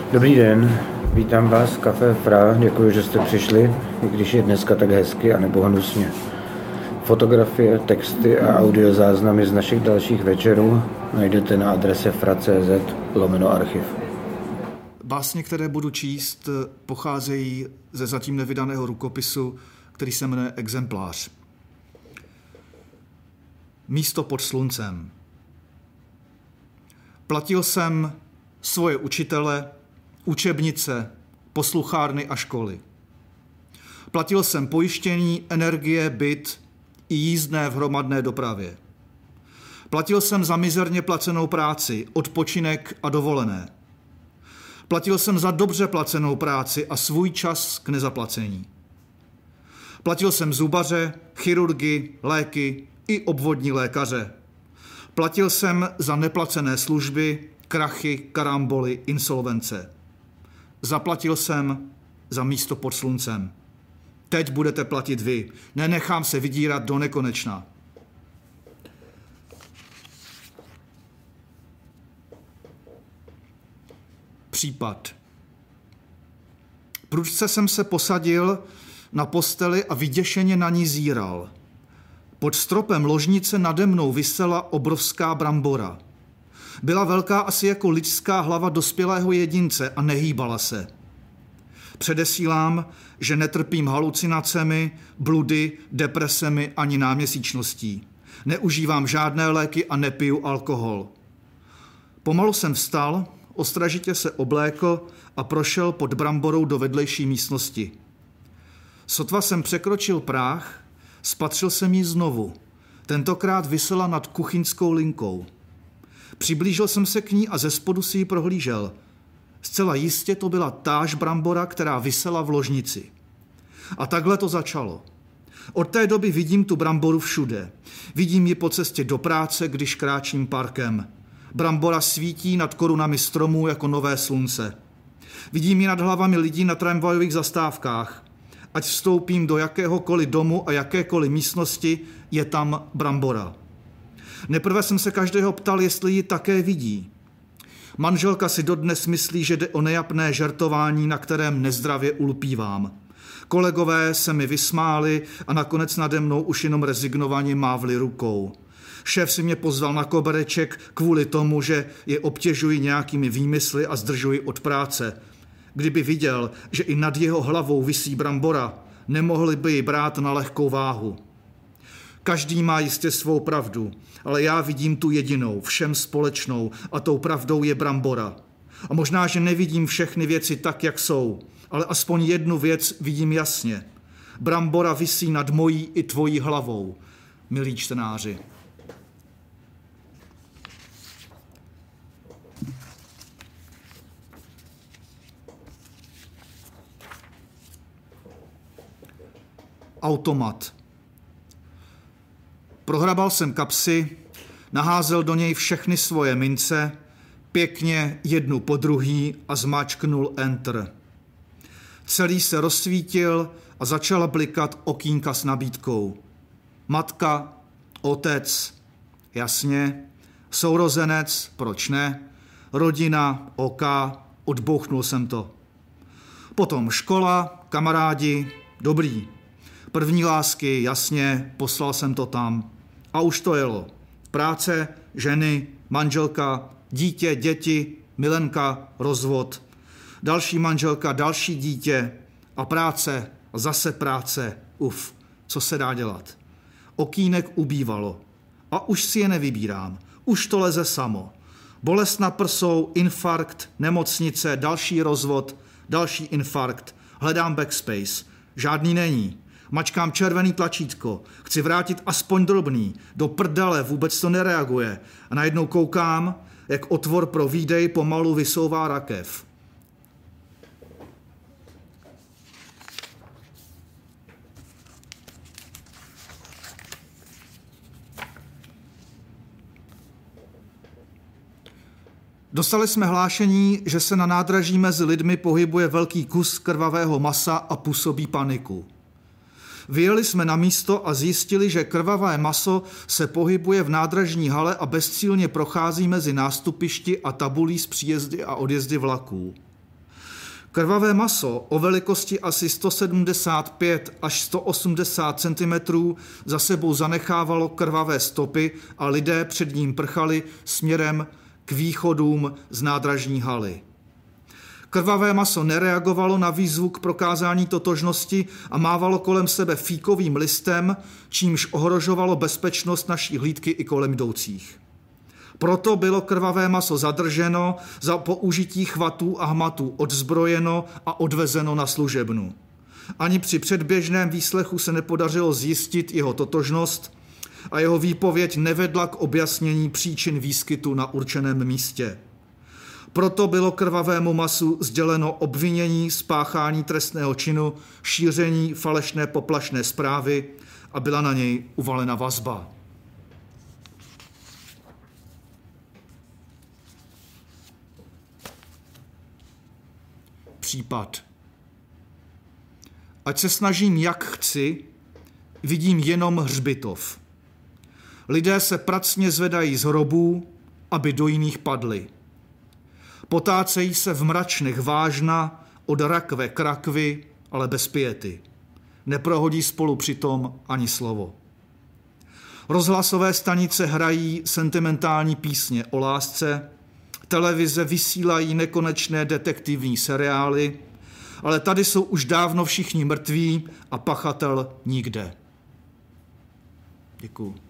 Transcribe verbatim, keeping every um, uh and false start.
Dobrý den, vítám vás v Café Fra, děkuji, že jste přišli, i když je dneska tak hezky a nebo hnusně. Fotografie, texty a audiozáznamy z našich dalších večerů najdete na adrese fra.cz lomeno archiv. Básně, které budu číst, pocházejí ze zatím nevydaného rukopisu, který se jmenuje Exemplář. Místo pod sluncem. Platil jsem svoje učitele, učebnice, posluchárny a školy. Platil jsem pojištění, energie, byt i jízdné v hromadné dopravě. Platil jsem za mizerně placenou práci, odpočinek a dovolené. Platil jsem za dobře placenou práci a svůj čas k nezaplacení. Platil jsem zubaře, chirurgy, léky i obvodní lékaře. Platil jsem za neplacené služby, krachy, karamboly, insolvence. Zaplatil jsem za místo pod sluncem. Teď budete platit vy. Nenechám se vydírat do nekonečna. Případ. Prudce jsem se posadil na posteli a vyděšeně na ní zíral. Pod stropem ložnice nade mnou visela obrovská brambora. Byla velká asi jako lidská hlava dospělého jedince a nehýbala se. Předesílám, že netrpím halucinacemi, bludy, depresemi ani náměsíčností. Neužívám žádné léky a nepiju alkohol. Pomalu jsem vstal, ostražitě se oblékl a prošel pod bramborou do vedlejší místnosti. Sotva jsem překročil práh, spatřil jsem ji znovu. Tentokrát visela nad kuchyňskou linkou. Přiblížil jsem se k ní a ze spodu si ji prohlížel. Zcela jistě to byla táž brambora, která visela v ložnici. A takhle to začalo. Od té doby vidím tu bramboru všude. Vidím ji po cestě do práce, když kráčím parkem. Brambora svítí nad korunami stromů jako nové slunce. Vidím ji nad hlavami lidí na tramvajových zastávkách. Ať vstoupím do jakéhokoliv domu a jakékoliv místnosti, je tam brambora. Neprve jsem se každého ptal, jestli ji také vidí. Manželka si dodnes myslí, že jde o nejapné žertování, na kterém nezdravě ulpívám. Kolegové se mi vysmáli a nakonec nade mnou už jenom rezignovaně mávli rukou. Šéf si mě pozval na kobereček kvůli tomu, že je obtěžuji nějakými výmysly a zdržuji od práce. Kdyby viděl, že i nad jeho hlavou visí brambora, nemohli by ji brát na lehkou váhu. Každý má jistě svou pravdu, ale já vidím tu jedinou, všem společnou, a tou pravdou je brambora. A možná, že nevidím všechny věci tak, jak jsou, ale aspoň jednu věc vidím jasně. Brambora visí nad mojí i tvojí hlavou, milí čtenáři. Automat. Prohrabal jsem kapsy, naházel do něj všechny svoje mince, pěkně jednu po druhý a zmáčknul enter. Celý se rozsvítil a začala blikat okýnka s nabídkou. Matka, otec, jasně, sourozenec, proč ne, rodina, OK, odbouchnul jsem to. Potom škola, kamarádi, dobrý. První lásky, jasně, poslal jsem to tam. A už to jelo. Práce, ženy, manželka, dítě, děti, milenka, rozvod. Další manželka, další dítě a práce a zase práce. Uf, co se dá dělat? Okýnek ubývalo. A už si je nevybírám. Už to leze samo. Bolest na prsou, infarkt, nemocnice, další rozvod, další infarkt. Hledám backspace. Žádný není. Mačkám červený tlačítko. Chci vrátit aspoň drobný. Do prdele, vůbec to nereaguje. A najednou koukám, jak otvor pro výdej pomalu vysouvá rakev. Dostali jsme hlášení, že se na nádraží mezi lidmi pohybuje velký kus krvavého masa a působí paniku. Vyjeli jsme na místo a zjistili, že krvavé maso se pohybuje v nádražní hale a bezcílně prochází mezi nástupišti a tabulí s příjezdy a odjezdy vlaků. Krvavé maso o velikosti asi sto sedmdesát pět až sto osmdesát centimetrů za sebou zanechávalo krvavé stopy a lidé před ním prchali směrem k východům z nádražní haly. Krvavé maso nereagovalo na výzvu k prokázání totožnosti a mávalo kolem sebe fíkovým listem, čímž ohrožovalo bezpečnost naší hlídky i kolem jdoucích. Proto bylo krvavé maso zadrženo, za použití chvatů a hmatů odzbrojeno a odvezeno na služebnu. Ani při předběžném výslechu se nepodařilo zjistit jeho totožnost a jeho výpověď nevedla k objasnění příčin výskytu na určeném místě. Proto bylo krvavému masu sděleno obvinění spáchání trestného činu, šíření falešné poplašné zprávy a byla na něj uvalena vazba. Případ. Ať se snažím jak chci, vidím jenom hřbitov. Lidé se pracně zvedají z hrobů, aby do jiných padli. Potácejí se v mračnech vážna od rakve k rakvi, ale bez piety. Neprohodí spolu přitom ani slovo. Rozhlasové stanice hrají sentimentální písně o lásce, televize vysílají nekonečné detektivní seriály, ale tady jsou už dávno všichni mrtví a pachatel nikde. Děkuju.